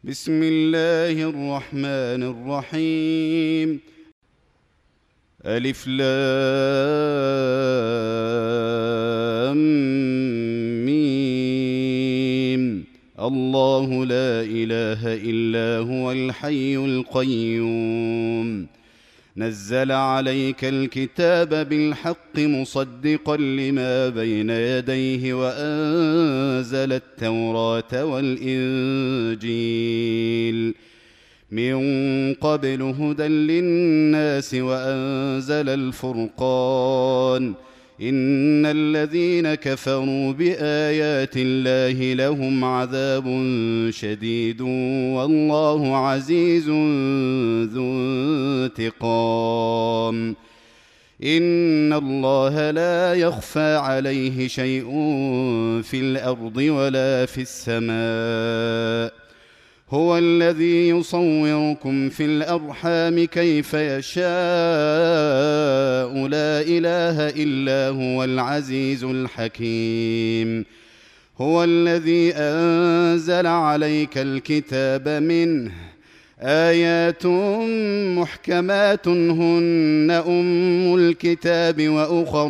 بسم الله الرحمن الرحيم. ألف لام ميم. الله لا إله إلا هو الحي القيوم. نزل عليك الكتاب بالحق مصدقا لما بين يديه وأنزل التوراة والإنجيل من قبل هدى للناس وأنزل الفرقان. إن الذين كفروا بآيات الله لهم عذاب شديد والله عزيز ذو انتقام. إن الله لا يخفى عليه شيء في الأرض ولا في السماء. هو الذي يصوركم في الأرحام كيف يشاء. لا إله إلا هو العزيز الحكيم. هو الذي أنزل عليك الكتاب منه آيات محكمات هن أم الكتاب وأخر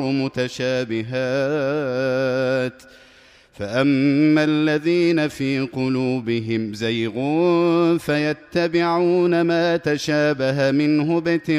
متشابهات فأما الذين في قلوبهم زيغ فيتبعون ما تشابه منه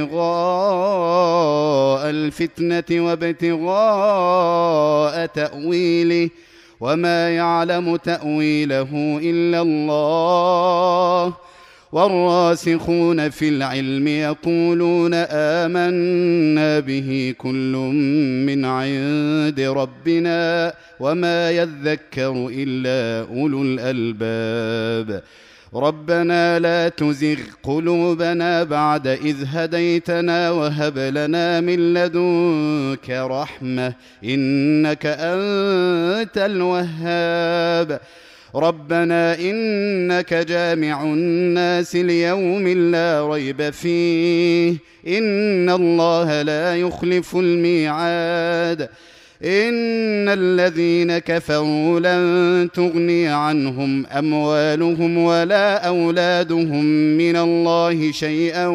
ابتغاء الفتنة وابتغاء تأويله وما يعلم تأويله إلا الله. والراسخون في العلم يقولون آمنا به كل من عند ربنا وما يذكر إلا أولو الألباب. ربنا لا تزغ قلوبنا بعد إذ هديتنا وهب لنا من لدنك رحمة إنك أنت الوهاب. ربنا إنك جامع الناس ليوم لا ريب فيه إن الله لا يخلف الميعاد. إن الذين كفروا لن تغني عنهم أموالهم ولا أولادهم من الله شيئا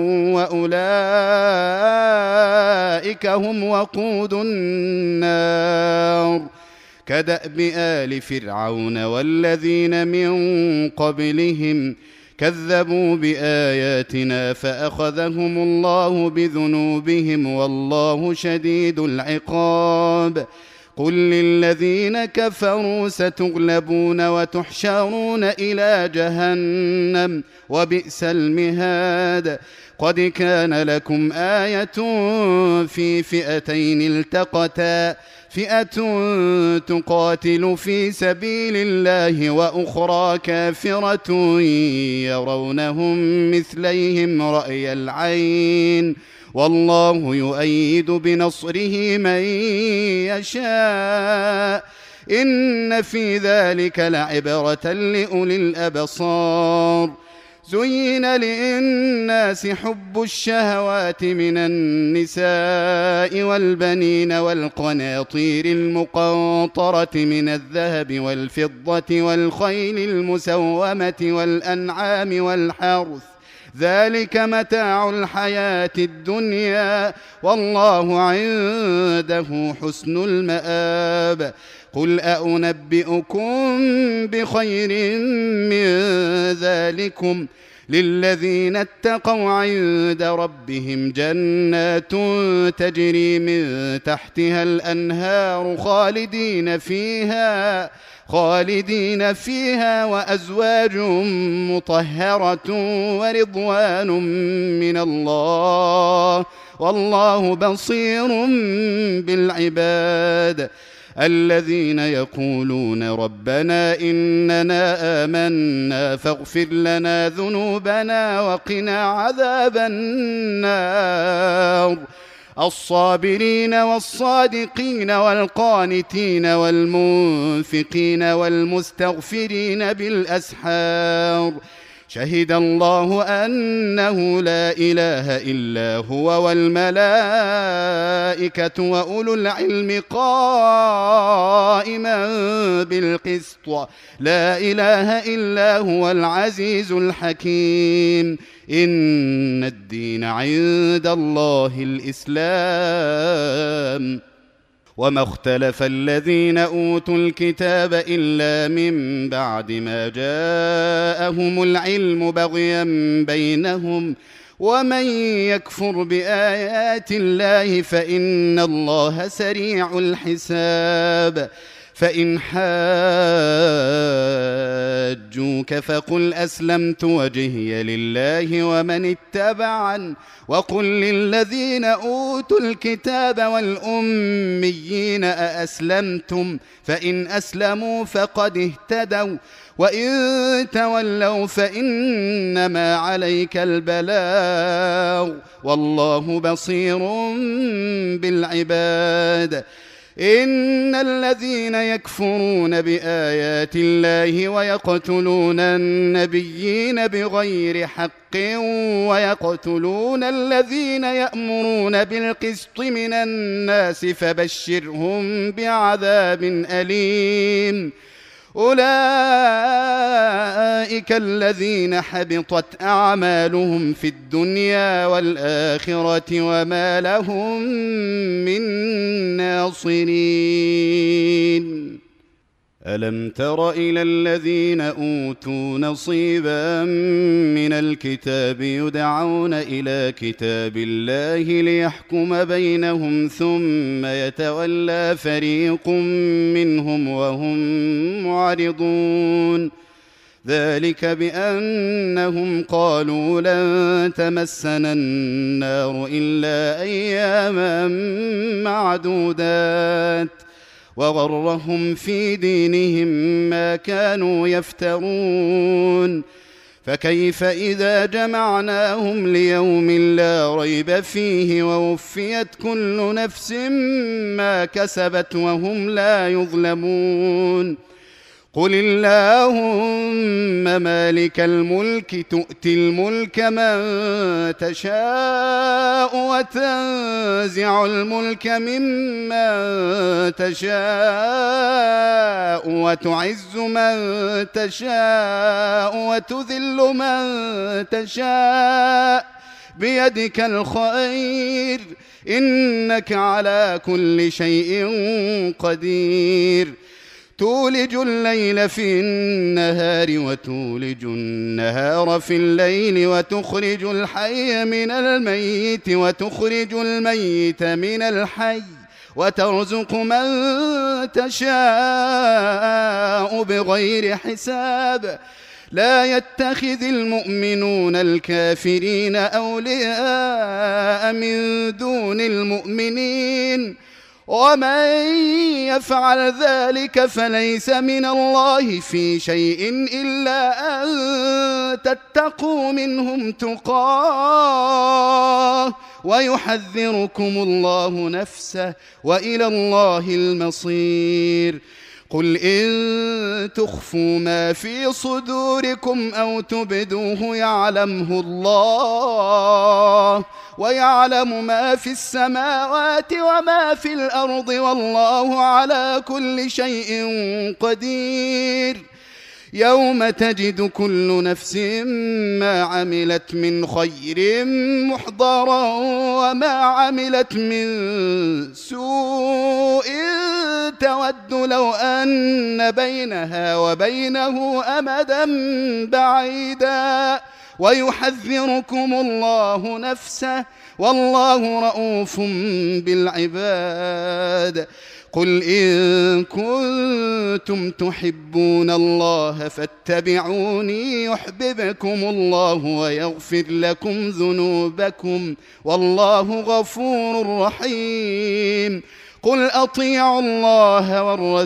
وأولئك هم وقود النار. كدأب آل فرعون والذين من قبلهم كذبوا بآياتنا فأخذهم الله بذنوبهم والله شديد العقاب. قل للذين كفروا ستغلبون وتحشرون إلى جهنم وبئس المهاد. قد كان لكم آية في فئتين التقتا فئة تقاتل في سبيل الله وأخرى كافرة يرونهم مثليهم رأي العين والله يؤيد بنصره من يشاء. إن في ذلك لعبرة لأولي الأبصار. زين للناس حب الشهوات من النساء والبنين والقناطير المقنطرة من الذهب والفضة والخيل المسومة والأنعام والحرث ذلك متاع الحياة الدنيا والله عنده حسن المآب. قل أنبئكم بخير من ذلكم للذين اتقوا عند ربهم جنات تجري من تحتها الأنهار خالدين فيها وأزواج مطهرة ورضوان من الله والله بصير بالعباد. الذين يقولون ربنا إننا آمنا فاغفر لنا ذنوبنا وقنا عذاب النار. الصابرين والصادقين والقانتين والمنفقين والمستغفرين بالأسحار شهد الله أنه لا إله إلا هو والملائكة وأولو العلم قائما بالقسط لا إله إلا هو العزيز الحكيم إن الدين عند الله الإسلام وما اختلف الذين أوتوا الكتاب إلا من بعد ما جاءهم العلم بغيا بينهم ومن يكفر بآيات الله فإن الله سريع الحساب فإن حاجوك فقل أسلمت وجهي لله ومن اتبعن وقل للذين أوتوا الكتاب والأميين أأسلمتم فإن أسلموا فقد اهتدوا وإن تولوا فإنما عليك البلاغ والله بصير بالعباد إن الذين يكفرون بآيات الله ويقتلون النبيين بغير حق ويقتلون الذين يأمرون بالقسط من الناس فبشرهم بعذاب أليم أولئك الذين حبطت أعمالهم في الدنيا والآخرة وما لهم من ناصرين ألم تر إلى الذين أوتوا نصيبا من الكتاب يدعون إلى كتاب الله ليحكم بينهم ثم يتولى فريق منهم وهم معرضون ذلك بأنهم قالوا لن تمسنا النار إلا أياما معدودات وغرهم في دينهم ما كانوا يفترون فكيف إذا جمعناهم ليوم لا ريب فيه ووفيت كل نفس ما كسبت وهم لا يظلمون قل اللهم مالك الملك تؤتي الملك من تشاء وتنزع الملك ممن تشاء وتعز من تشاء وتذل من تشاء بيدك الخير إنك على كل شيء قدير تولج الليل في النهار وتولج النهار في الليل وتخرج الحي من الميت وتخرج الميت من الحي وترزق من تشاء بغير حساب لا يتخذ المؤمنون الكافرين أولياء من دون المؤمنين ومن يفعل ذلك فليس من الله في شيء إلا أن تتقوا منهم تقاه ويحذركم الله نفسه وإلى الله المصير قل إن تخفوا ما في صدوركم أو تبدوه يعلمه الله ويعلم ما في السماوات وما في الأرض والله على كل شيء قدير يوم تجد كل نفس ما عملت من خير محضرا وما عملت من سوء تود لو أن بينها وبينه أمدا بعيدا ويحذركم الله نفسه والله رؤوف بالعباد قل إن كنتم تحبون الله فاتبعوني يحببكم الله ويغفر لكم ذنوبكم والله غفور رحيم قل أطيعوا الله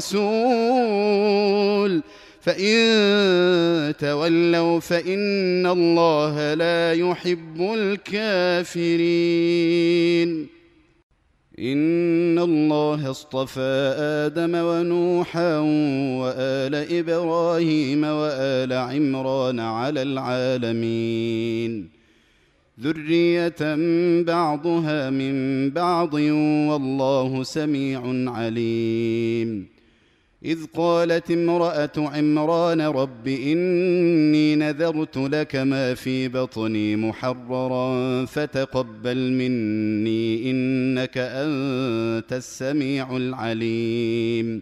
والرسول فإن تولوا فإن الله لا يحب الكافرين إن الله اصطفى آدم ونوحا وآل إبراهيم وآل عمران على العالمين ذرية بعضها من بعض والله سميع عليم. إذ قالت امرأة عمران رب إني نذرت لك ما في بطني محررا فتقبل مني إنك أنت السميع العليم.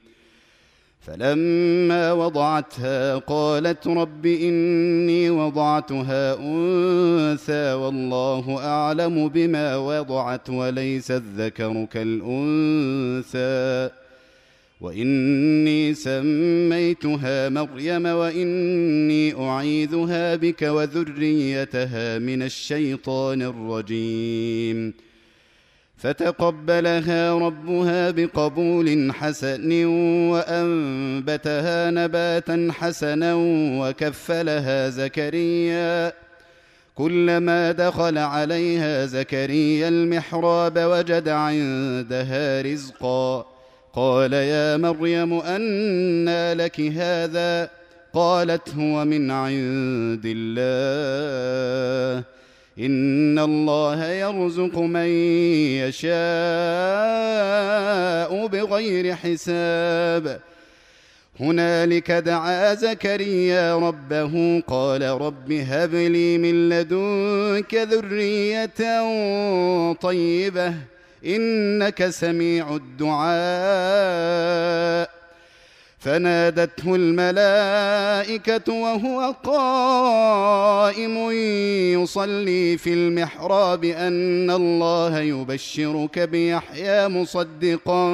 فلما وضعتها قالت رب إني وضعتها أنثى والله أعلم بما وضعت وليس الذكر كالأنثى وإني سميتها مريم وإني أعيذها بك وذريتها من الشيطان الرجيم. فتقبلها ربها بقبول حسن وأنبتها نباتا حسنا وكفلها زكريا. كلما دخل عليها زكريا المحراب وجد عندها رزقا قال يا مريم أنى لك هذا قالت هو من عند الله إن الله يرزق من يشاء بغير حساب. هنالك دعا زكريا ربه قال رب هب لي من لدنك ذرية طيبة إنك سميع الدعاء. فنادته الملائكة وهو قائم يصلي في المحراب أن الله يبشرك بيحيى مصدقا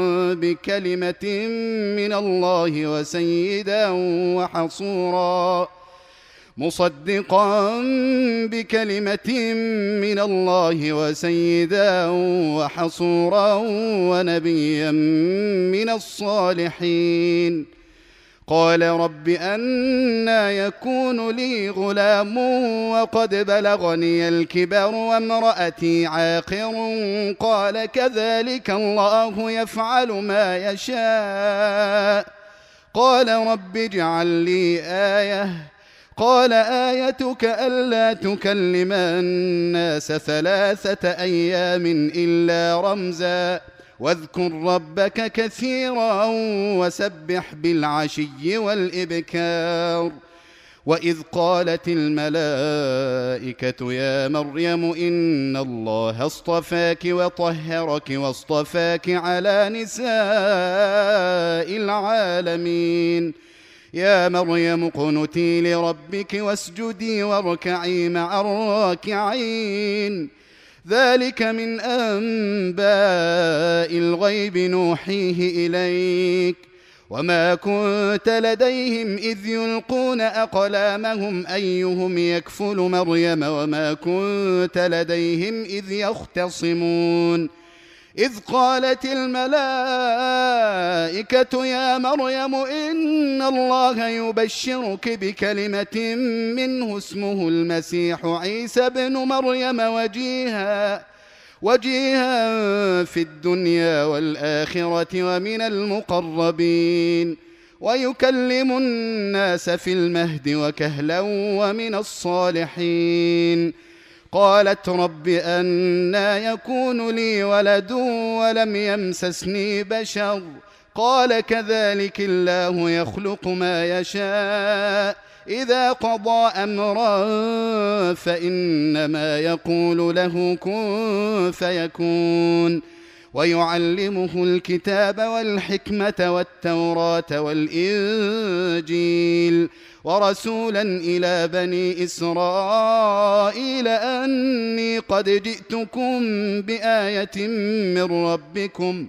بكلمة من الله وسيدا وحصورا ونبيا من الصالحين. قال رب أنى يكون لي غلام وقد بلغني الكبر وامرأتي عاقر قال كذلك الله يفعل ما يشاء. قال رب اجعل لي آية قال آيتك ألا تكلم الناس 3 أيام إلا رمزا واذكر ربك كثيرا وسبح بالعشي والإبكار. وإذ قالت الملائكة يا مريم إن الله اصطفاك وطهرك واصطفاك على نساء العالمين. يا مريم اقنتي لربك واسجدي واركعي مع الراكعين. ذلك من أنباء الغيب نوحيه إليك وما كنت لديهم إذ يلقون أقلامهم أيهم يكفل مريم وما كنت لديهم إذ يختصمون. إذ قالت الملائكة يا مريم إن الله يبشرك بكلمة منه اسمه المسيح عيسى بن مريم وجيها في الدنيا والآخرة ومن المقربين ويكلم الناس في المهد وكهلا ومن الصالحين. قالت رب أنى يكون لي ولد ولم يمسسني بشر قال كذلك الله يخلق ما يشاء إذا قضى أمرا فإنما يقول له كن فيكون. ويعلمه الكتاب والحكمة والتوراة والإنجيل ورسولا إلى بني إسرائيل أني قد جئتكم بآية من ربكم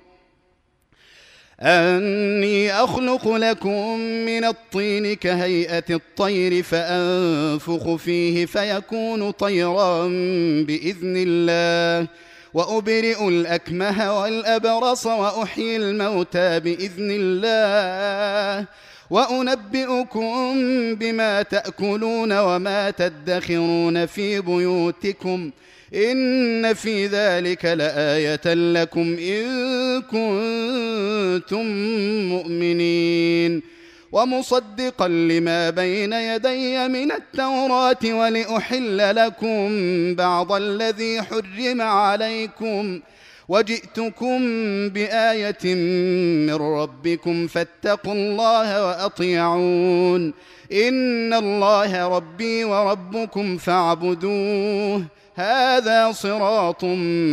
أني أخلق لكم من الطين كهيئة الطير فأنفخ فيه فيكون طيرا بإذن الله وأبرئ الأكمه والأبرص وأحيي الموتى بإذن الله وأنبئكم بما تأكلون وما تدخرون في بيوتكم إن في ذلك لآية لكم إن كنتم مؤمنين ومصدقا لما بين يدي من التوراة ولأحل لكم بعض الذي حرم عليكم وجئتكم بآية من ربكم فاتقوا الله وأطيعون إن الله ربي وربكم فاعبدوه هذا صراط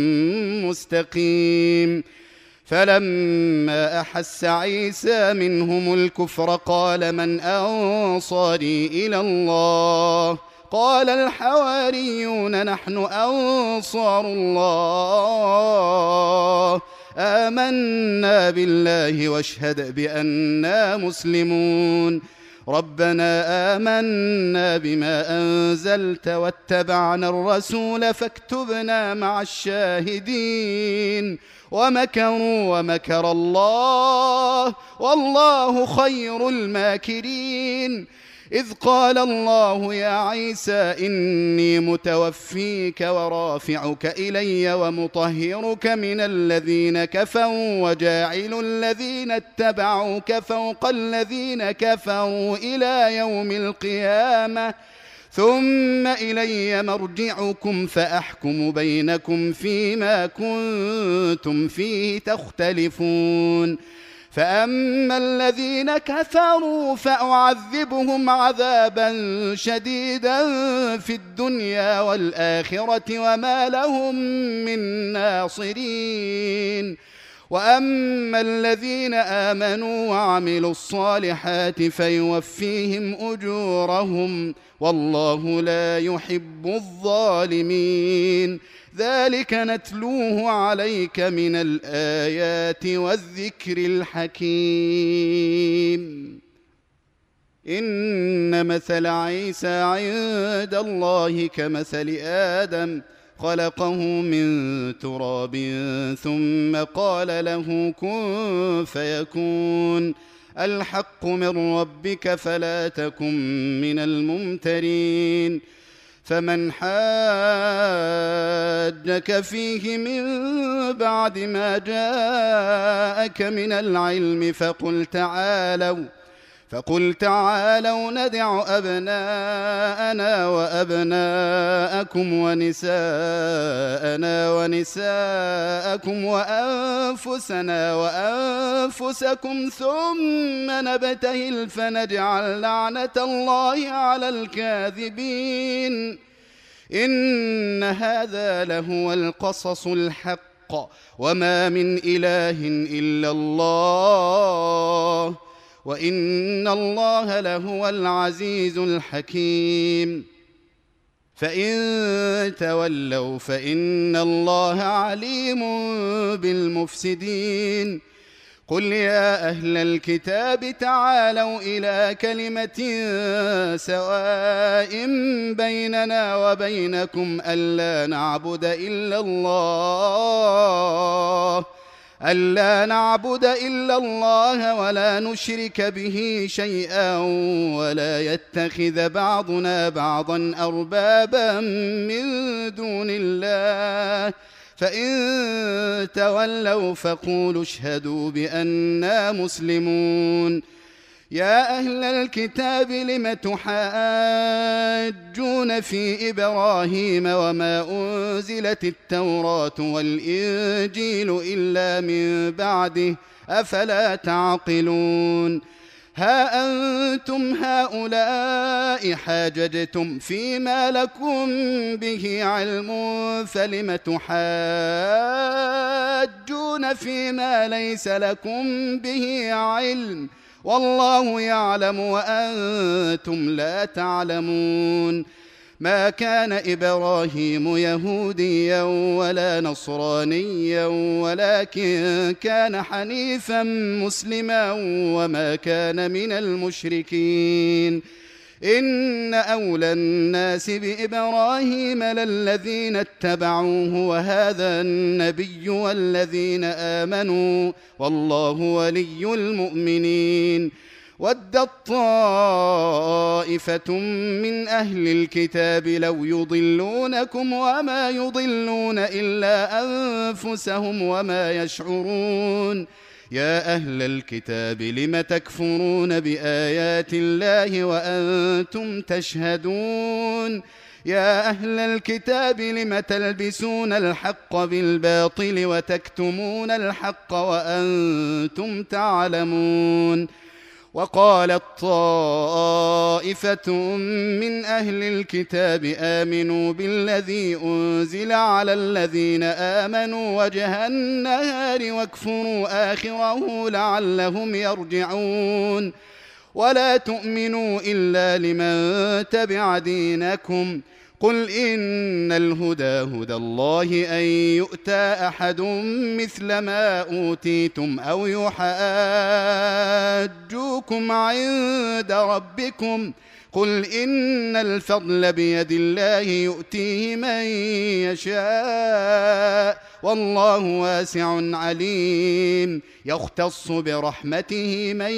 مستقيم فلما أحس عيسى منهم الكفر قال من أنصاري إلى الله قال الحواريون نحن أنصار الله آمنا بالله واشهد بأننا مسلمون ربنا آمنا بما أنزلت واتبعنا الرسول فاكتبنا مع الشاهدين ومكروا ومكر الله والله خير الماكرين إذ قال الله يا عيسى إني متوفيك ورافعك إلي ومطهرك من الذين كفروا وجاعل الذين اتبعوك فوق الذين كفروا إلى يوم القيامة ثم إلي مرجعكم فأحكم بينكم فيما كنتم فيه تختلفون فأما الذين كفروا فأعذبهم عذابا شديدا في الدنيا والآخرة وما لهم من ناصرين وأما الذين آمنوا وعملوا الصالحات فيوفيهم أجورهم والله لا يحب الظالمين ذلك نتلوه عليك من الآيات والذكر الحكيم إن مثل عيسى عند الله كمثل آدم خلقه من تراب ثم قال له كن فيكون الحق من ربك فلا تكن من الممترين فمن حاجك فيه من بعد ما جاءك من العلم فقل تعالوا ندع أبناءنا وأبناءكم ونساءنا ونساءكم وأنفسنا وأنفسكم ثم نبتهل فنجعل لعنة الله على الكاذبين إن هذا لهو القصص الحق وما من إله إلا الله وإن الله لهو العزيز الحكيم فإن تولوا فإن الله عليم بالمفسدين قل يا أهل الكتاب تعالوا إلى كلمة سواء بيننا وبينكم ألا نعبد إلا الله ولا نشرك به شيئا ولا يتخذ بعضنا بعضا أربابا من دون الله فإن تولوا فقولوا اشهدوا بأننا مسلمون يا أهل الكتاب لم تحاجون في إبراهيم وما أنزلت التوراة والإنجيل إلا من بعده أفلا تعقلون ها أنتم هؤلاء حاججتم فيما لكم به علم فلم تحاجون فيما ليس لكم به علم والله يعلم وأنتم لا تعلمون ما كان إبراهيم يهوديا ولا نصرانيا ولكن كان حنيفا مسلما وما كان من المشركين إن أولى الناس بإبراهيم للذين اتبعوه وهذا النبي والذين آمنوا والله ولي المؤمنين ودت طائفة طائفة من أهل الكتاب لو يضلونكم وما يضلون إلا أنفسهم وما يشعرون يا أهل الكتاب لم تكفرون بآيات الله وأنتم تشهدون يا أهل الكتاب لم تلبسون الحق بالباطل وتكتمون الحق وأنتم تعلمون وقالت طائفة من أهل الكتاب آمنوا بالذي أنزل على الذين آمنوا وجه النهار واكفروا آخره لعلهم يرجعون ولا تؤمنوا إلا لمن تبع دينكم قل إن الهدى هدى الله أن يؤتى أحد مثل ما أوتيتم أو يحاجوكم عند ربكم قل إن الفضل بيد الله يؤتيه من يشاء والله واسع عليم يختص برحمته من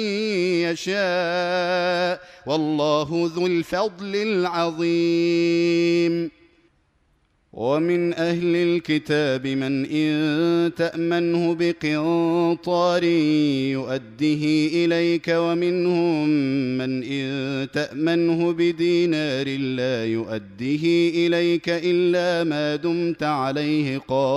يشاء والله ذو الفضل العظيم ومن أهل الكتاب من إن تأمنه بقنطار يؤده إليك ومنهم من إن تأمنه بدينار لا يؤده إليك إلا ما دمت عليه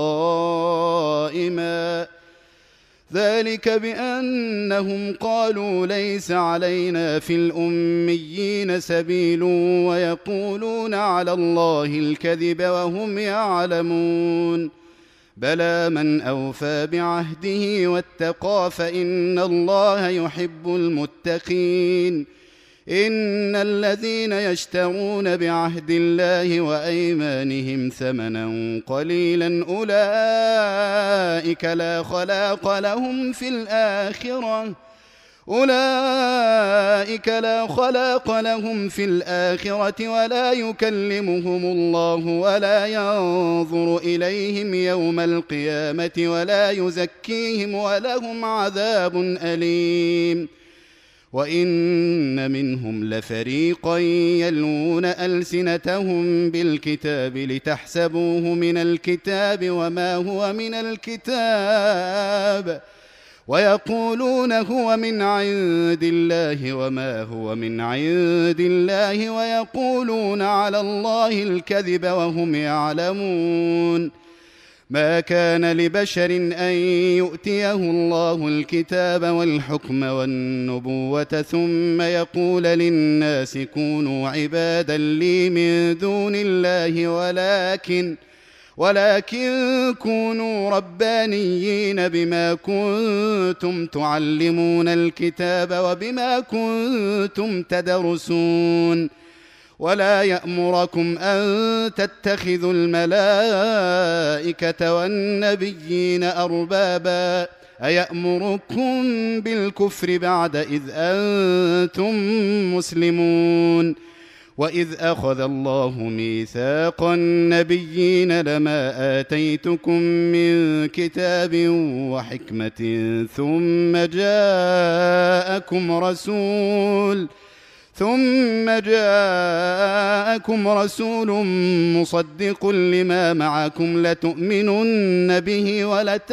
قائما ذلك بأنهم قالوا ليس علينا في الأميين سبيل ويقولون على الله الكذب وهم يعلمون بلى من أوفى بعهده واتقى فإن الله يحب المتقين إن الذين يشترون بعهد الله وأيمانهم ثمنا قليلا أولئك لا خلاق لهم في الآخرة ولا يكلمهم الله ولا ينظر إليهم يوم القيامة ولا يزكيهم ولهم عذاب أليم وإن منهم لفريقا يلوون ألسنتهم بالكتاب لتحسبوه من الكتاب وما هو من الكتاب ويقولون هو من عند الله وما هو من عند الله ويقولون على الله الكذب وهم يعلمون ما كان لبشر أن يؤتيه الله الكتاب والحكم والنبوة ثم يقول للناس كونوا عبادا لي من دون الله ولكن كونوا ربانيين بما كنتم تعلمون الكتاب وبما كنتم تدرسون ولا يأمركم أن تتخذوا الملائكة والنبيين أربابا أيأمركم بالكفر بعد إذ أنتم مسلمون وإذ أخذ الله ميثاق النبيين لما آتيتكم من كتاب وحكمة ثم جاءكم رسول مصدق لما معكم لتؤمنن به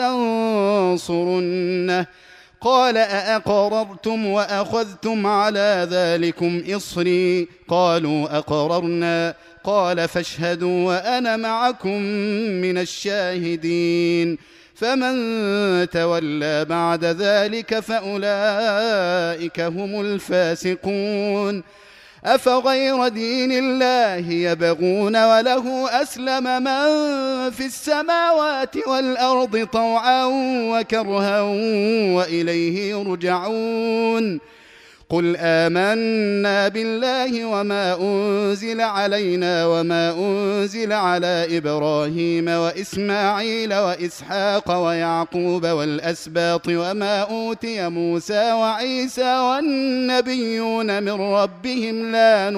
ولتنصرنه قال أأقررتم وأخذتم على ذلكم إصري قالوا أقررنا قال فاشهدوا وأنا معكم من الشاهدين فمن تولى بعد ذلك فأولئك هم الفاسقون أفغير دين الله يبغون وله أسلم من في السماوات والأرض طوعا وكرها وإليه يرجعون قل آمنا بالله وما أنزل علينا وما أنزل على إبراهيم وإسماعيل وإسحاق ويعقوب والأسباط وما أوتي موسى وعيسى والنبيون من ربهم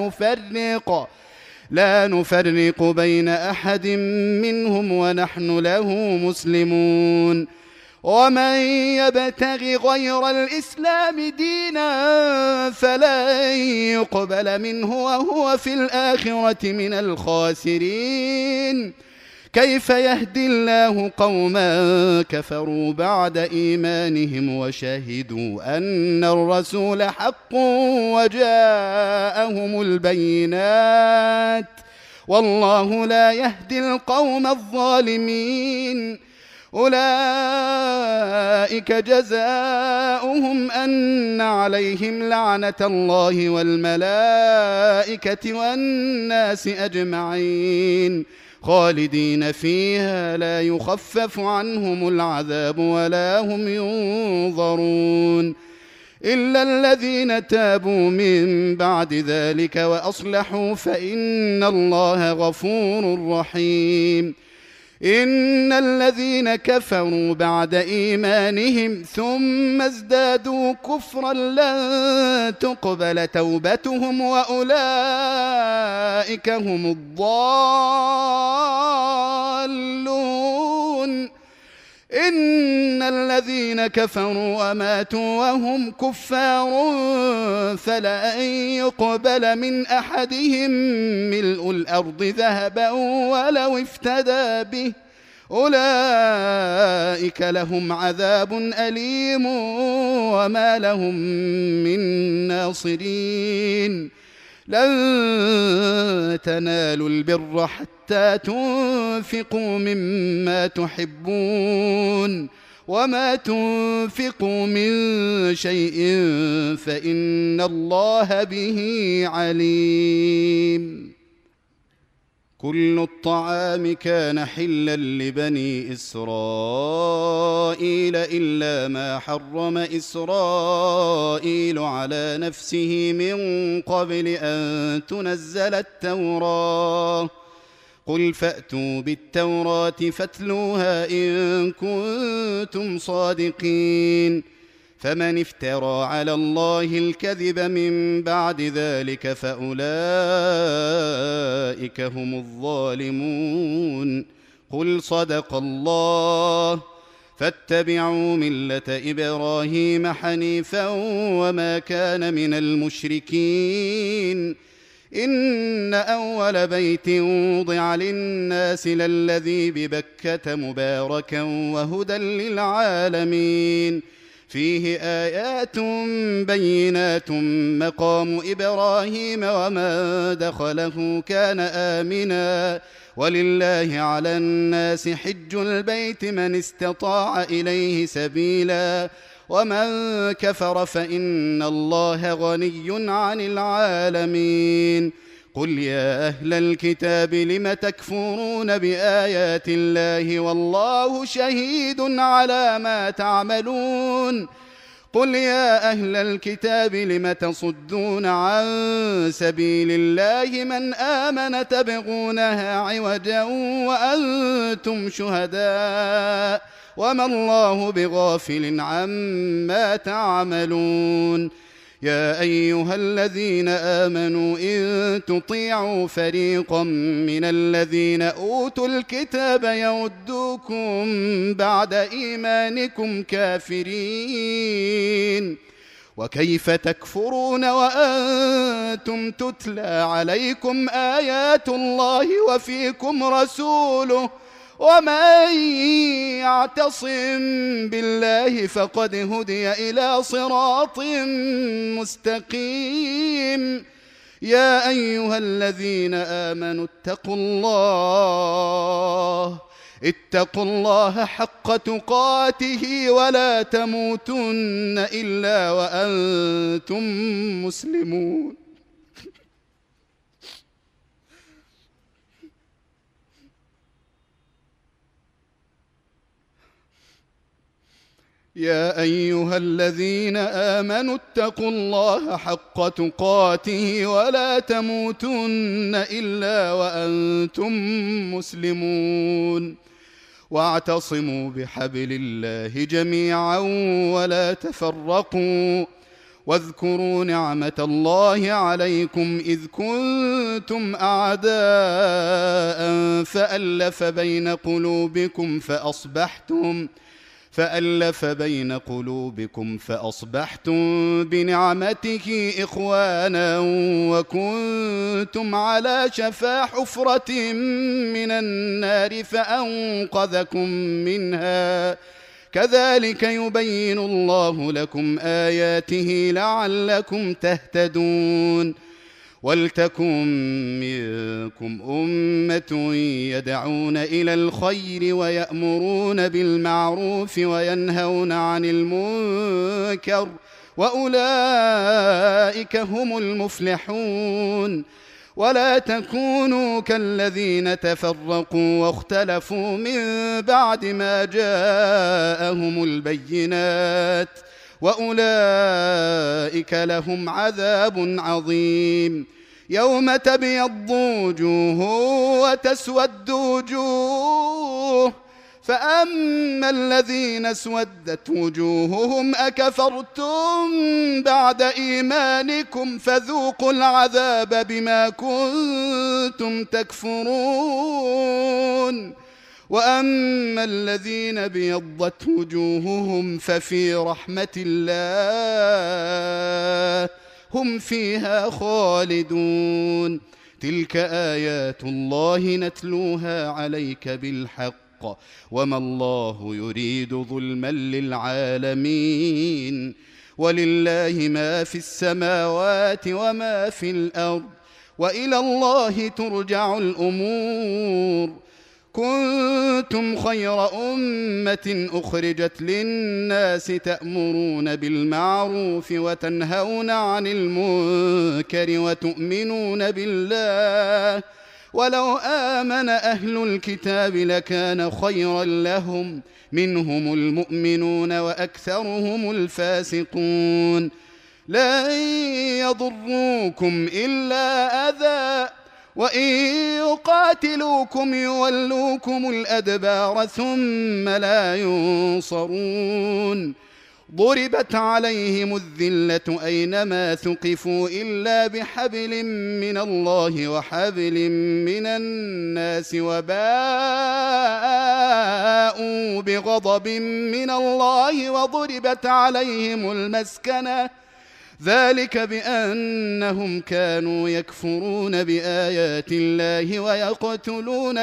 لا نفرق بين أحد منهم ونحن له مسلمون ومن يبتغ غير الإسلام دينا فلن يقبل منه وهو في الآخرة من الخاسرين. كيف يهدي الله قوما كفروا بعد إيمانهم وشهدوا أن الرسول حق وجاءهم البينات والله لا يهدي القوم الظالمين. أولئك جزاؤهم أن عليهم لعنة الله والملائكة والناس أجمعين خالدين فيها لا يخفف عنهم العذاب ولا هم ينظرون إلا الذين تابوا من بعد ذلك وأصلحوا فإن الله غفور رحيم. إن الذين كفروا بعد إيمانهم ثم ازدادوا كفرا لن تقبل توبتهم وأولئك هم الضالون. إن الذين كفروا وماتوا وهم كفار فلن يقبل من أحدهم ملء الأرض ذهبا ولو افتدى به أولئك لهم عذاب أليم وما لهم من ناصرين. لن تنالوا البر حتى تنفقوا مما تحبون وما تنفقوا من شيء فإن الله به عليم. كل الطعام كان حلا لبني إسرائيل إلا ما حرم إسرائيل على نفسه من قبل أن تنزل التوراة. قل فأتوا بالتوراة فاتلوها إن كنتم صادقين. فمن افترى على الله الكذب من بعد ذلك فأولئك هم الظالمون. قل صدق الله. فاتبعوا ملة إبراهيم حنيفا وما كان من المشركين. إن أول بيت وضع للناس للذي ببكة مباركا وهدى للعالمين فيه آيات بينات مقام إبراهيم ومن دخله كان آمنا ولله على الناس حج البيت من استطاع إليه سبيلا ومن كفر فإن الله غني عن العالمين. قل يا أهل الكتاب لم تكفرون بآيات الله والله شهيد على ما تعملون. قل يا أهل الكتاب لم تصدون عن سبيل الله من آمن تبغونها عوجا وأنتم شهداء وما الله بغافل عما تعملون. يا أيها الذين آمنوا إن تطيعوا فريقا من الذين أوتوا الكتاب يردوكم بعد إيمانكم كافرين. وكيف تكفرون وأنتم تتلى عليكم آيات الله وفيكم رسوله ومن يعتصم بالله فقد هدي إلى صراط مستقيم. يا أيها الذين آمنوا اتقوا الله حق تقاته ولا تموتن إلا وأنتم مسلمون. يا أيها الذين آمنوا اتقوا الله حق تقاته ولا تموتن إلا وأنتم مسلمون. واعتصموا بحبل الله جميعا ولا تفرقوا واذكروا نعمة الله عليكم إذ كنتم أعداء فألف بين قلوبكم فألف بين قلوبكم فأصبحتم بنعمته إخوانا وكنتم على شفا حفرة من النار فأنقذكم منها كذلك يبين الله لكم آياته لعلكم تهتدون ولتكن منكم أمة يدعون إلى الخير ويأمرون بالمعروف وينهون عن المنكر وأولئك هم المفلحون ولا تكونوا كالذين تفرقوا واختلفوا من بعد ما جاءهم البينات وأولئك لهم عذاب عظيم يوم تبيض وجوه وتسود وجوه فأما الذين اسودت وجوههم أكفرتم بعد إيمانكم فذوقوا العذاب بما كنتم تكفرون وأما الذين ابيضت وجوههم ففي رحمة الله هم فيها خالدون تلك آيات الله نتلوها عليك بالحق وما الله يريد ظلما للعالمين ولله ما في السماوات وما في الأرض وإلى الله ترجع الأمور كنتم خير أمة أخرجت للناس تأمرون بالمعروف وتنهون عن المنكر وتؤمنون بالله ولو آمن أهل الكتاب لكان خيرا لهم منهم المؤمنون وأكثرهم الفاسقون لن يضروكم إلا أذى وإن يقاتلوكم يولوكم الأدبار ثم لا ينصرون ضربت عليهم الذلة أينما ثقفوا إلا بحبل من الله وحبل من الناس وباءوا بغضب من الله وضربت عليهم المسكنة ذلك بأنهم كانوا يكفرون بآيات الله ويقتلون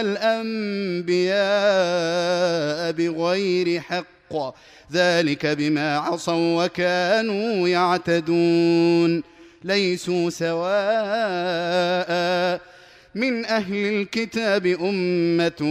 الأنبياء بغير حق ذلك بما عصوا وكانوا يعتدون ليسوا سواء من أهل الكتاب أمة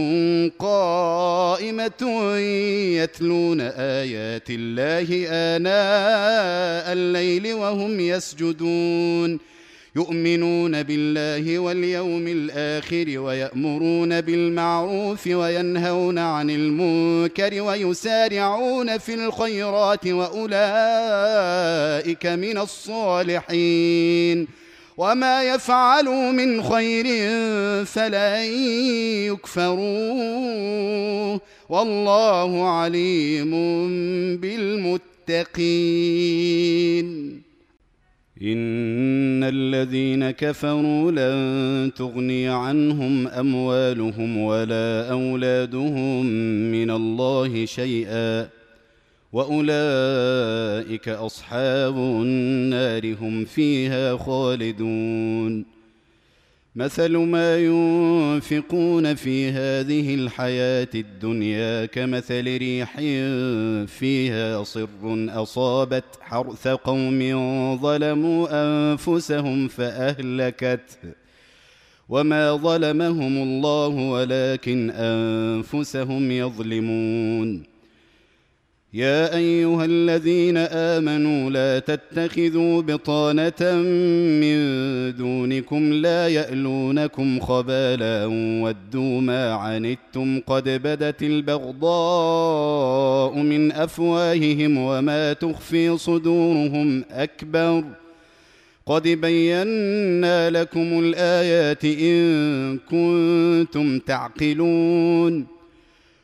قائمة يتلون آيات الله آناء الليل وهم يسجدون يؤمنون بالله واليوم الآخر ويأمرون بالمعروف وينهون عن المنكر ويسارعون في الخيرات وأولئك من الصالحين وما يفعلوا من خير فلن يكفروه والله عليم بالمتقين إن الذين كفروا لن تغني عنهم أموالهم ولا أولادهم من الله شيئا وأولئك أصحاب النار هم فيها خالدون مثل ما ينفقون في هذه الحياة الدنيا كمثل ريح فيها صر أصابت حرث قوم ظلموا أنفسهم فأهلكته وما ظلمهم الله ولكن أنفسهم يظلمون يا أيها الذين آمنوا لا تتخذوا بطانة من دونكم لا يألونكم خبالا ودوا ما عنتم قد بدت البغضاء من أفواههم وما تخفي صدورهم أكبر قد بينا لكم الآيات إن كنتم تعقلون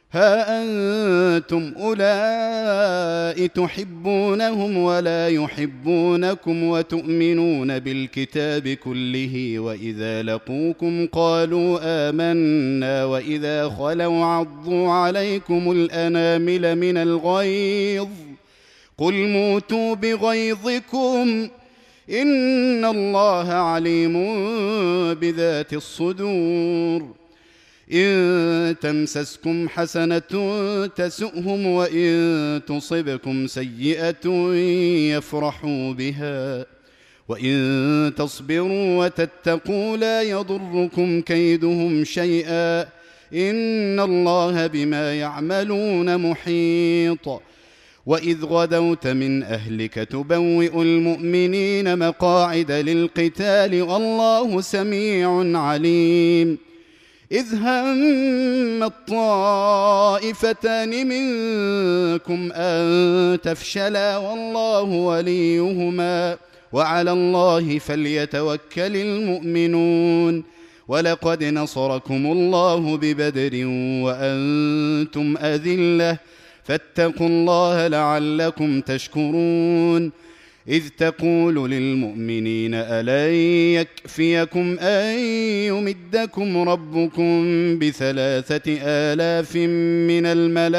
ها أنتم أولئك تحبونهم ولا يحبونكم وتؤمنون بالكتاب كله وإذا لقوكم قالوا آمنا وإذا خلوا عضوا عليكم الأنامل من الغيظ قل موتوا بغيظكم إن الله عليم بذات الصدور إن تمسسكم حسنة تسؤهم وإن تصبكم سيئة يفرحوا بها وإن تصبروا وتتقوا لا يضركم كيدهم شيئا إن الله بما يعملون محيط وإذ غدوت من أهلك تبوئ المؤمنين مقاعد للقتال والله سميع عليم إذ هم الطائفتان منكم أن تفشلا والله وليهما وعلى الله فليتوكل المؤمنون ولقد نصركم الله ببدر وأنتم أذلة فاتقوا الله لعلكم تشكرون إذ تقول للمؤمنين ألن يكفيكم أن يمدكم ربكم ب3,000 من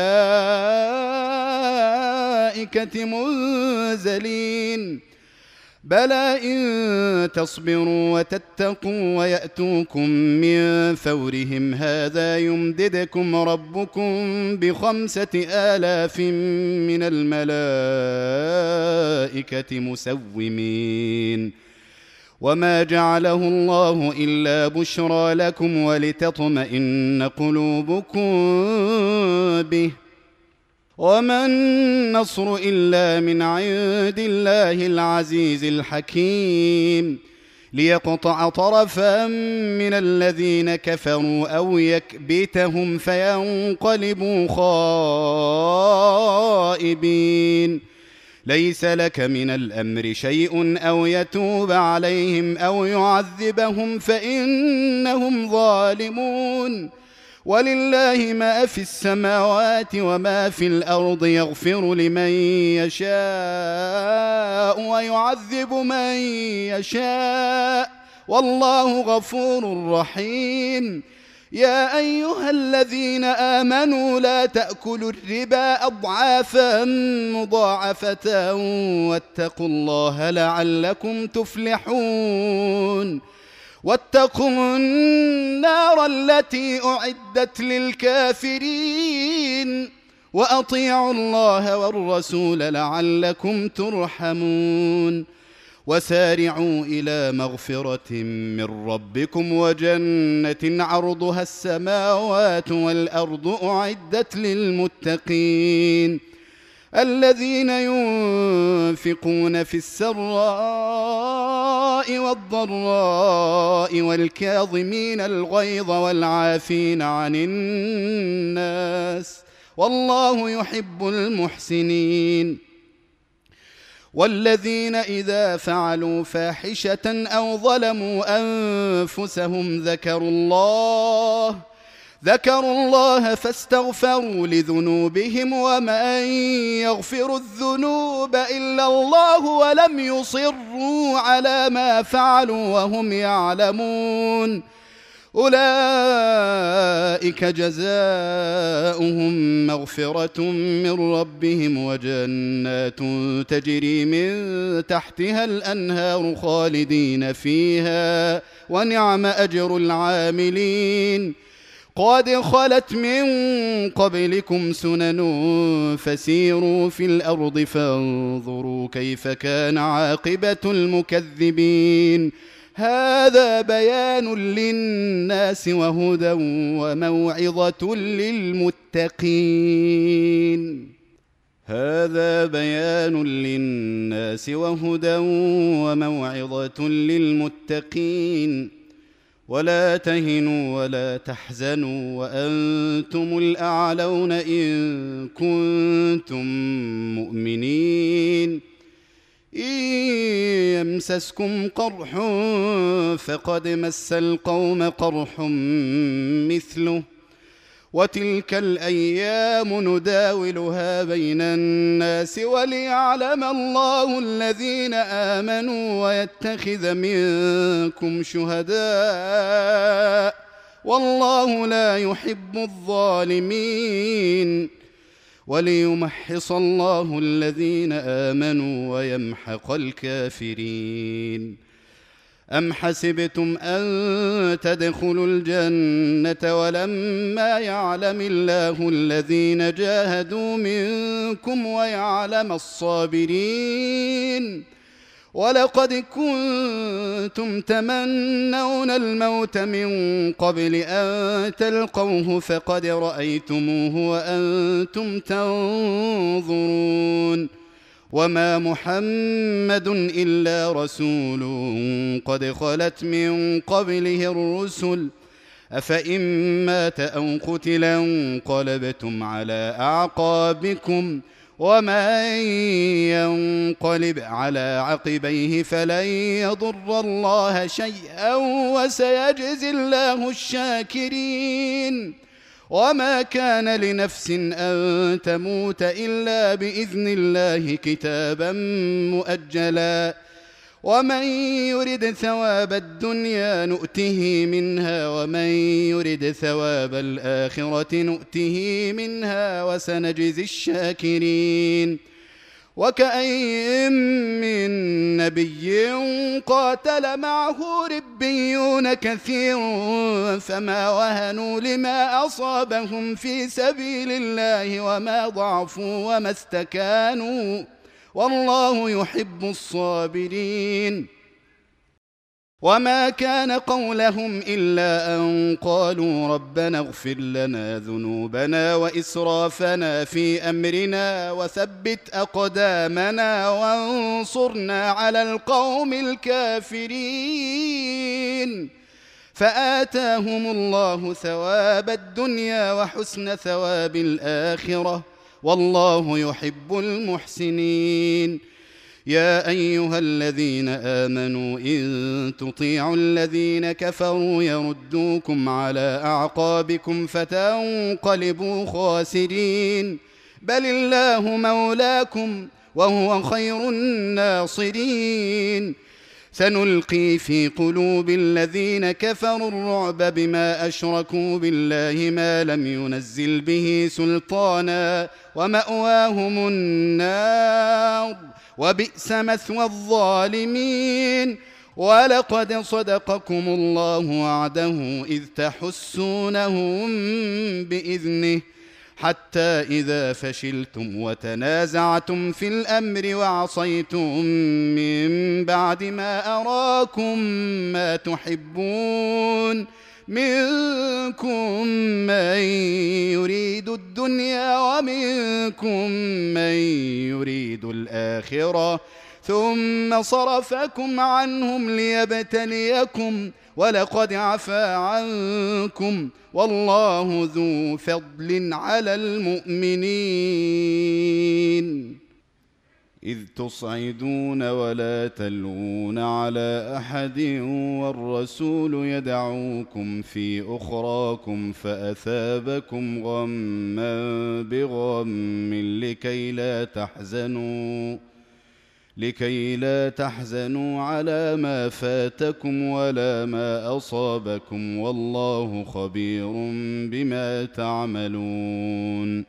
الملائكة منزلين بلى إن تصبروا وتتقوا ويأتوكم من فورهم هذا يمددكم ربكم ب5,000 من الملائكة مسومين وما جعله الله إلا بشرى لكم ولتطمئن قلوبكم به وما النصر إلا من عند الله العزيز الحكيم ليقطع طرفا من الذين كفروا أو يكبتهم فينقلبوا خائبين ليس لك من الأمر شيء أو يتوب عليهم أو يعذبهم فإنهم ظالمون ولله ما في السماوات وما في الأرض يغفر لمن يشاء ويعذب من يشاء والله غفور رحيم يا أيها الذين آمنوا لا تأكلوا الربا أضعافا مضاعفة واتقوا الله لعلكم تفلحون واتقوا النار التي أعدت للكافرين وأطيعوا الله والرسول لعلكم ترحمون وسارعوا إلى مغفرة من ربكم وجنة عرضها السماوات والأرض أعدت للمتقين الذين ينفقون في السراء والضراء والكاظمين الغيظ والعافين عن الناس والله يحب المحسنين والذين إذا فعلوا فاحشة أو ظلموا أنفسهم ذكروا الله فاستغفروا لذنوبهم ومن يغفر الذنوب إلا الله ولم يصروا على ما فعلوا وهم يعلمون أولئك جزاؤهم مغفرة من ربهم وجنات تجري من تحتها الأنهار خالدين فيها ونعم أجر العاملين قد خلت من قبلكم سنن فسيروا في الأرض فانظروا كيف كان عاقبة المكذبين هذا بيان للناس وهدى وموعظة للمتقين هذا بيان للناس وهدى وموعظة للمتقين ولا تهنوا ولا تحزنوا وأنتم الأعلون إن كنتم مؤمنين إن يمسسكم قرح فقد مس القوم قرح مثله وتلك الأيام نداولها بين الناس وليعلم الله الذين آمنوا ويتخذ منكم شهداء والله لا يحب الظالمين وليمحص الله الذين آمنوا ويمحق الكافرين. أم حسبتم أن تدخلوا الجنة ولما يعلم الله الذين جاهدوا منكم ويعلم الصابرين ولقد كنتم تمنون الموت من قبل أن تلقوه فقد رأيتموه وأنتم تنظرون وما محمد إلا رسول قد خلت من قبله الرسل أفإن مات أو قتل انقلبتم على أعقابكم ومن ينقلب على عقبيه فلن يضر الله شيئا وسيجزي الله الشاكرين. وما كان لنفس أن تموت إلا بإذن الله كتابا مؤجلا ومن يرد ثواب الدنيا نؤته منها ومن يرد ثواب الآخرة نؤته منها وسنجزي الشاكرين. وكأين من نبي قاتل معه ربيون كثير فما وهنوا لما أصابهم في سبيل الله وما ضعفوا وما استكانوا والله يحب الصابرين. وما كان قولهم إلا أن قالوا ربنا اغفر لنا ذنوبنا وإسرافنا في أمرنا وثبت أقدامنا وانصرنا على القوم الكافرين فآتاهم الله ثواب الدنيا وحسن ثواب الآخرة والله يحب المحسنين. يا أيها الذين آمنوا إن تطيعوا الذين كفروا يردوكم على أعقابكم فتنقلبوا خاسرين بل الله مولاكم وهو خير الناصرين. سنلقي في قلوب الذين كفروا الرعب بما أشركوا بالله ما لم ينزل به سلطانا ومأواهم النار وبئس مثوى الظالمين. ولقد صدقكم الله وعده إذ تحسونهم بإذنه حتى إذا فشلتم وتنازعتم في الأمر وعصيتم من بعد ما أراكم ما تحبون منكم من يريد الدنيا ومنكم من يريد الآخرة ثم صرفكم عنهم ليبتليكم ولقد عفا عنكم والله ذو فضل على المؤمنين. إذ تصعدون ولا تلوون على أحد والرسول يدعوكم في أخراكم فأثابكم غما بغم لكي لا تحزنوا على ما فاتكم ولا ما أصابكم والله خبير بما تعملون.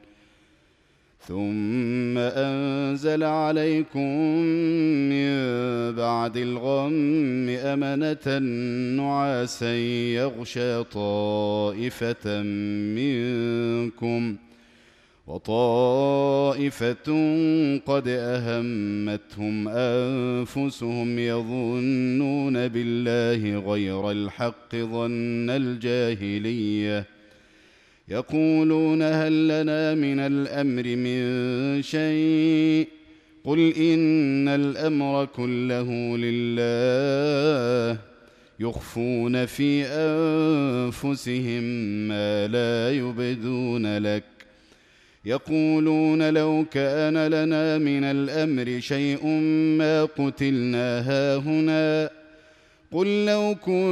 ثم أنزل عليكم من بعد الغم أمنة نعاسا يغشى طائفة منكم وطائفة قد أهمتهم أنفسهم يظنون بالله غير الحق ظن الجاهلية يقولون هل لنا من الأمر من شيء قل إن الأمر كله لله يخفون في أنفسهم ما لا يبدون لك يقولون لو كان لنا من الأمر شيء ما قتلنا هاهنا قل لو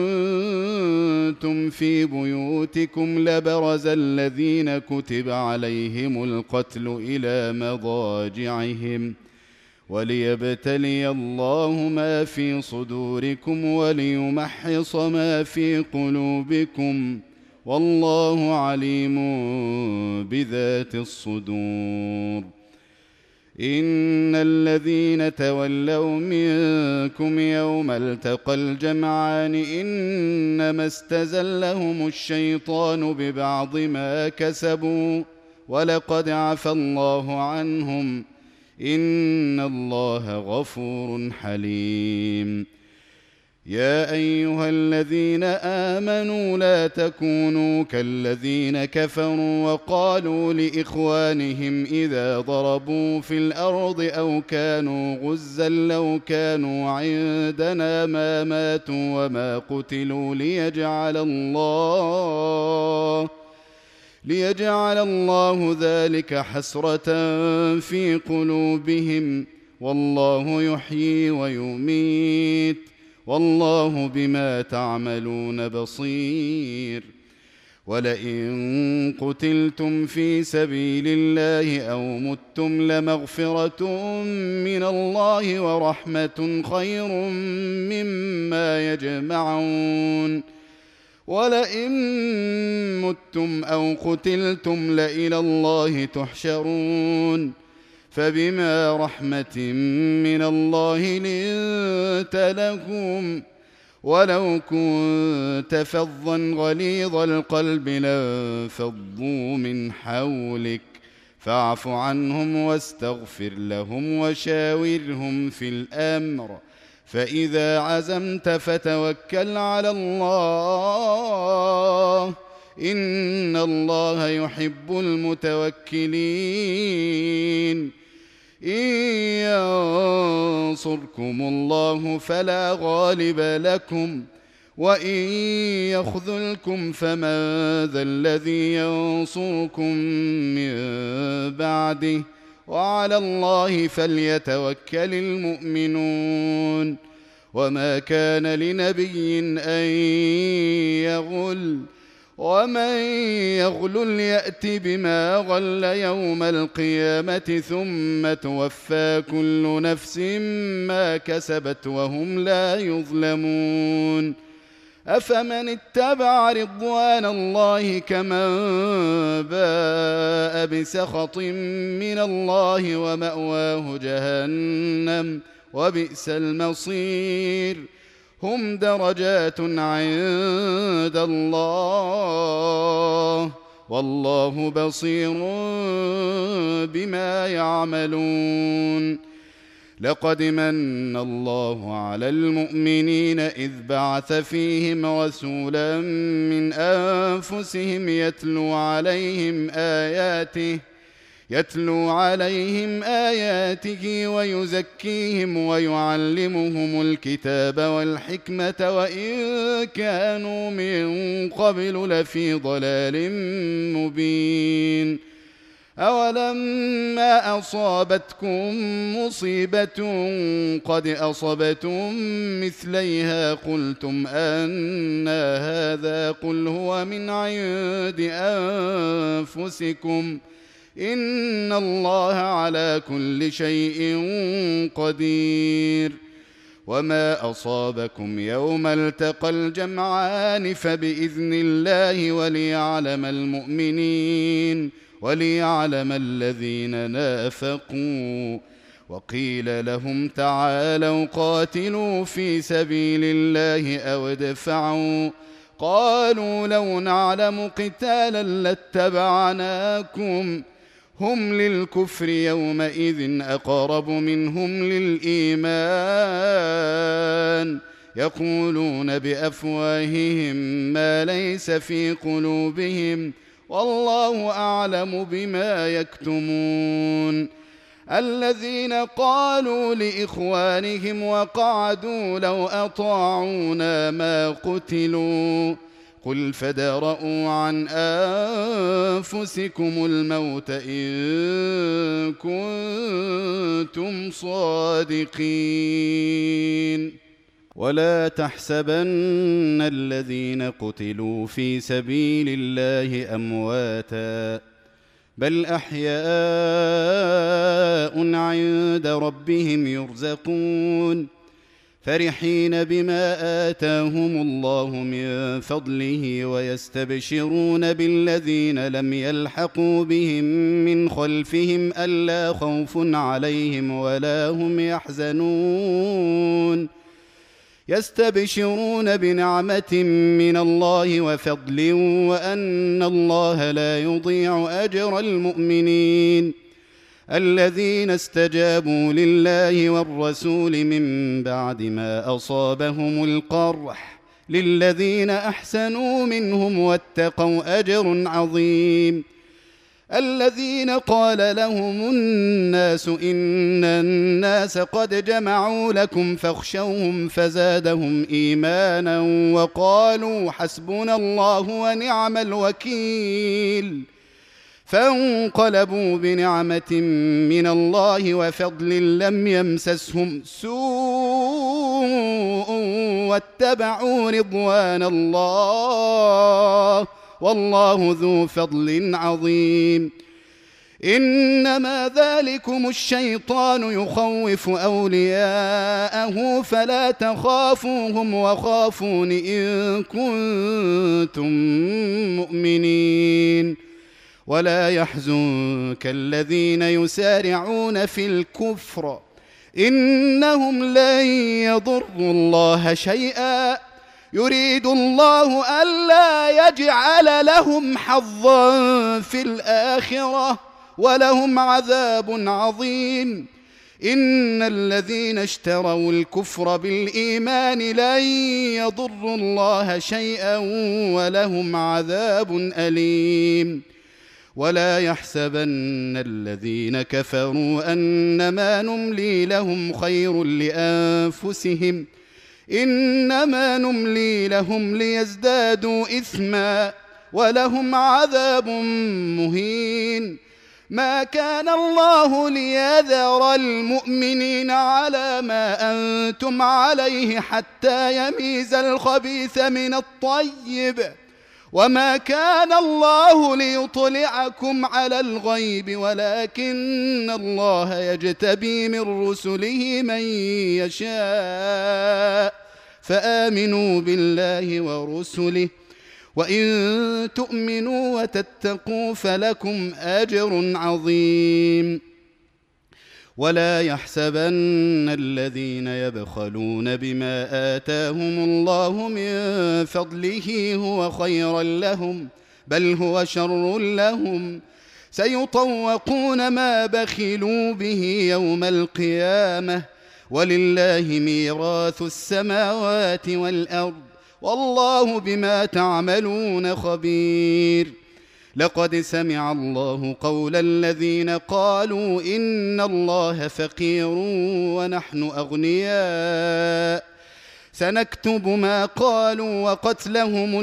كنتم في بيوتكم لبرز الذين كتب عليهم القتل إلى مضاجعهم وليبتلي الله ما في صدوركم وليمحص ما في قلوبكم والله عليم بذات الصدور. إن الذين تولوا منكم يوم التقى الجمعان إنما استزلهم الشيطان ببعض ما كسبوا ولقد عفى الله عنهم إن الله غفور حليم. يا أيها الذين آمنوا لا تكونوا كالذين كفروا وقالوا لإخوانهم إذا ضربوا في الأرض أو كانوا غزا لو كانوا عندنا ما ماتوا وما قتلوا ليجعل الله ذلك حسرة في قلوبهم والله يحيي ويميت والله بما تعملون بصير. ولئن قتلتم في سبيل الله أو متم لمغفرة من الله ورحمة خير مما يجمعون. ولئن متم أو قتلتم لإلى الله تحشرون. فبما رحمة من الله لنت لهم ولو كنت فظا غليظ القلب لانفضوا من حولك فاعف عنهم واستغفر لهم وشاورهم في الأمر فإذا عزمت فتوكل على الله إن الله يحب المتوكلين. إن ينصركم الله فلا غالب لكم وإن يخذلكم فمن ذا الذي ينصركم من بعده وعلى الله فليتوكل المؤمنون. وما كان لنبي أن يغل ومن يغلل يأت بما غل يوم القيامة ثم توفى كل نفس ما كسبت وهم لا يظلمون. أفمن اتبع رضوان الله كمن باء بسخط من الله ومأواه جهنم وبئس المصير. هم درجات عند الله والله بصير بما يعملون. لقد من الله على المؤمنين إذ بعث فيهم رسولا من أنفسهم يتلو عليهم آياته ويزكيهم ويعلمهم الكتاب والحكمة وإن كانوا من قبل لفي ضلال مبين. أولما أصابتكم مصيبة قد أصبتم مثليها قلتم أنى هذا قل هو من عند أنفسكم إن الله على كل شيء قدير. وما أصابكم يوم التقى الجمعان فبإذن الله وليعلم الذين نافقوا. وقيل لهم تعالوا قاتلوا في سبيل الله أو ادفعوا قالوا لو نعلم قتالا لاتبعناكم هم للكفر يومئذ أقرب منهم للإيمان يقولون بأفواههم ما ليس في قلوبهم والله أعلم بما يكتمون. الذين قالوا لإخوانهم وقعدوا لو أطاعونا ما قتلوا قل فادرءوا عن أنفسكم الموت إن كنتم صادقين. ولا تحسبن الذين قتلوا في سبيل الله أمواتاً بل أحياء عند ربهم يرزقون فرحين بما آتاهم الله من فضله ويستبشرون بالذين لم يلحقوا بهم من خلفهم ألا خوف عليهم ولا هم يحزنون يستبشرون بنعمة من الله وفضل وأن الله لا يضيع أجر المؤمنين الذين استجابوا لله والرسول من بعد ما أصابهم القرح للذين أحسنوا منهم واتقوا أجر عظيم الذين قال لهم الناس إن الناس قد جمعوا لكم فاخشوهم فزادهم إيمانا وقالوا حسبنا الله ونعم الوكيل فانقلبوا بنعمة من الله وفضل لم يمسسهم سوء واتبعوا رضوان الله والله ذو فضل عظيم إنما ذلكم الشيطان يخوف أولياءه فلا تخافوهم وخافون إن كنتم مؤمنين ولا يحزنك الذين يسارعون في الكفر إنهم لن يضروا الله شيئا يريد الله ألا يجعل لهم حظا في الآخرة ولهم عذاب عظيم إن الذين اشتروا الكفر بالإيمان لن يضروا الله شيئا ولهم عذاب أليم ولا يحسبن الذين كفروا أنما نملي لهم خير لأنفسهم إنما نملي لهم ليزدادوا إثما ولهم عذاب مهين ما كان الله ليذر المؤمنين على ما أنتم عليه حتى يميز الخبيث من الطيب وما كان الله ليطلعكم على الغيب ولكن الله يجتبي من رسله من يشاء فآمنوا بالله ورسله وإن تؤمنوا وتتقوا فلكم أجر عظيم ولا يحسبن الذين يبخلون بما آتاهم الله من فضله هو خيرا لهم بل هو شر لهم سيطوقون ما بخلوا به يوم القيامة ولله ميراث السماوات والأرض والله بما تعملون خبير لقد سمع الله قول الذين قالوا إن الله فقير ونحن أغنياء سنكتب ما قالوا وقتلهم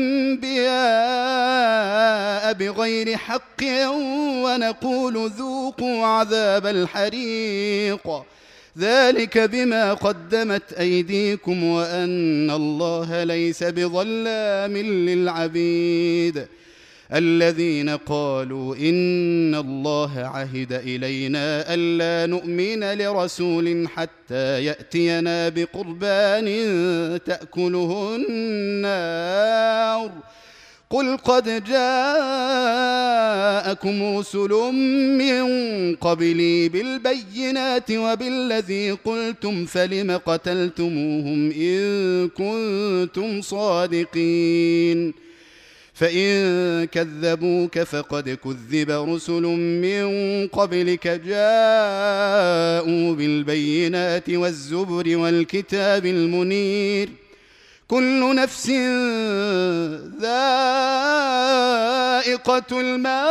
الأنبياء بغير حق ونقول ذوقوا عذاب الحريق ذلك بما قدمت أيديكم وأن الله ليس بظلام للعبيد الذين قالوا إن الله عهد إلينا ألا نؤمن لرسول حتى يأتينا بقربان تأكله النار قل قد جاءكم رسل من قبلي بالبينات وبالذي قلتم فلم قتلتموهم إن كنتم صادقين فإن كذبوك فقد كذب رسل من قبلك جاءوا بالبينات والزبر والكتاب المنير كل نفس ذائقة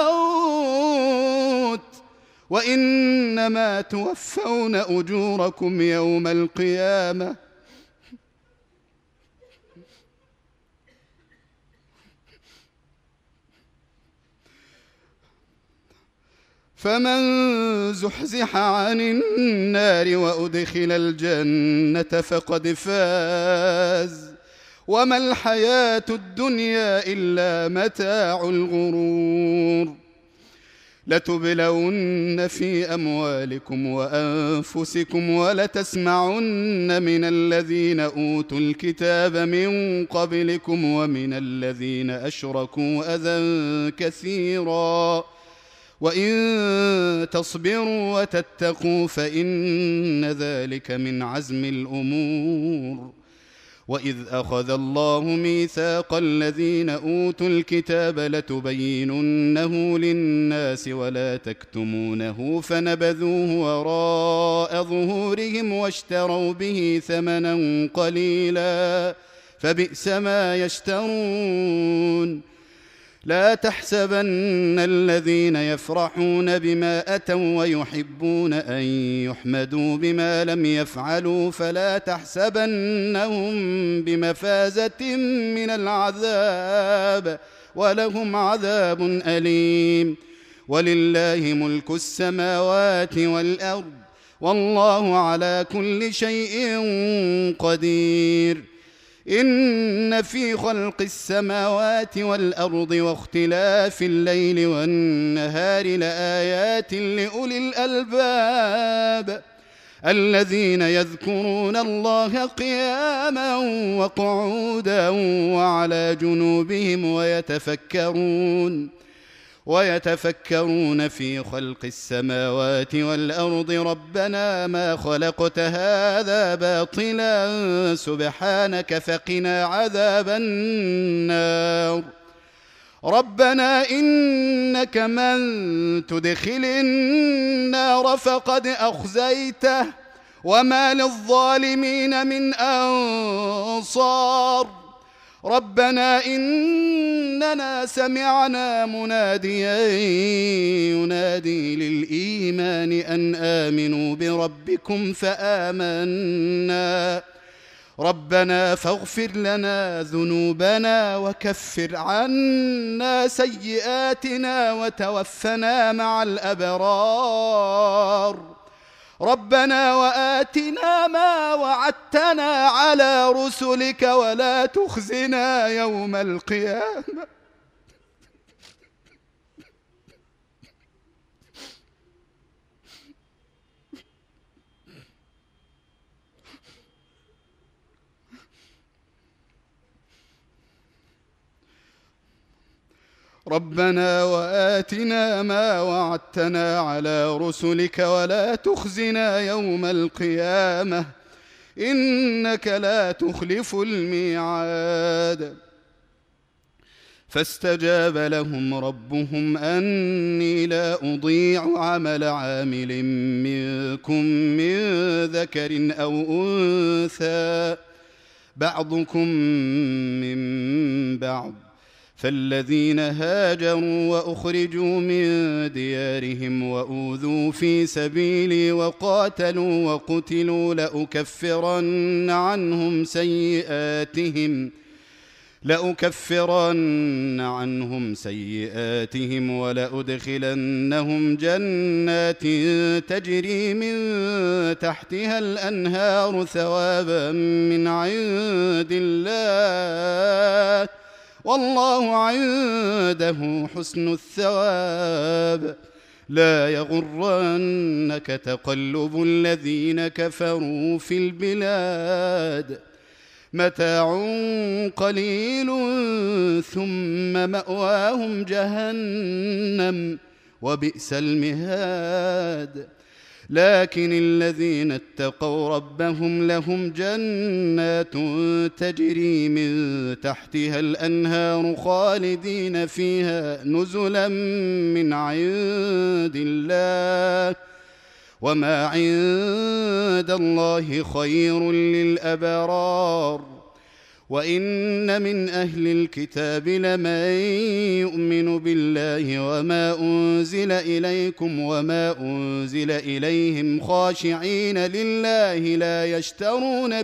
الموت وإنما توفون أجوركم يوم القيامة فمن زحزح عن النار وأدخل الجنة فقد فاز وما الحياة الدنيا إلا متاع الغرور لتبلون في أموالكم وأنفسكم ولتسمعن من الذين أوتوا الكتاب من قبلكم ومن الذين أشركوا أذى كثيرا وإن تصبروا وتتقوا فإن ذلك من عزم الأمور وإذ أخذ الله ميثاق الذين أوتوا الكتاب لتبيننه للناس ولا تكتمونه فنبذوه وراء ظهورهم واشتروا به ثمنا قليلا فبئس ما يشترون لا تحسبن الذين يفرحون بما أتوا ويحبون أن يحمدوا بما لم يفعلوا فلا تحسبنهم بمفازة من العذاب ولهم عذاب أليم ولله ملك السماوات والأرض والله على كل شيء قدير إن في خلق السماوات والأرض واختلاف الليل والنهار لآيات لأولي الألباب الذين يذكرون الله قياما وقعودا وعلى جنوبهم ويتفكرون في خلق السماوات والأرض ربنا ما خلقت هذا باطلا سبحانك فقنا عذاب النار ربنا إنك من تدخل النار فقد أخزيته وما للظالمين من أنصار ربنا إننا سمعنا مناديا ينادي للإيمان أن آمنوا بربكم فآمنا ربنا فاغفر لنا ذنوبنا وكفر عنا سيئاتنا وتوفنا مع الأبرار ربنا وآتنا ما وعدتنا على رسلك ولا تخزنا يوم القيامة ربنا وآتنا ما وعدتنا على رسلك ولا تخزنا يوم القيامة إنك لا تخلف الميعاد فاستجاب لهم ربهم أني لا أضيع عمل عامل منكم من ذكر أو أنثى بعضكم من بعض فالذين هاجروا وأخرجوا من ديارهم وأوذوا في سبيلي وقاتلوا وقتلوا لأكفرن عنهم سيئاتهم ولأدخلنهم جنات تجري من تحتها الأنهار ثوابا من عند الله والله عنده حسن الثواب لا يغرنك تقلب الذين كفروا في البلاد متاع قليل ثم مأواهم جهنم وبئس المهاد لكن الذين اتقوا ربهم لهم جنات تجري من تحتها الأنهار خالدين فيها نزلا من عند الله وما عند الله خير للأبرار وإن من أهل الكتاب لمن يؤمن بالله وما أنزل إليكم وما أنزل إليهم خاشعين لله لا يشترون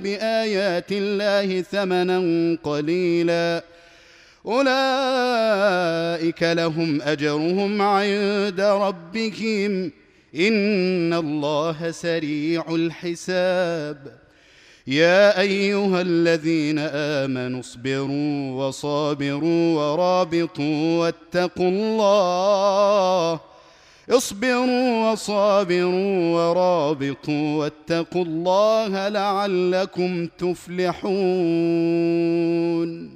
بآيات الله ثمنا قليلا أولئك أولئك لهم أجرهم عند ربهم إن الله سريع الحساب. يا أيها الذين آمنوا اصبروا وصابروا ورابطوا واتقوا الله لعلكم تفلحون.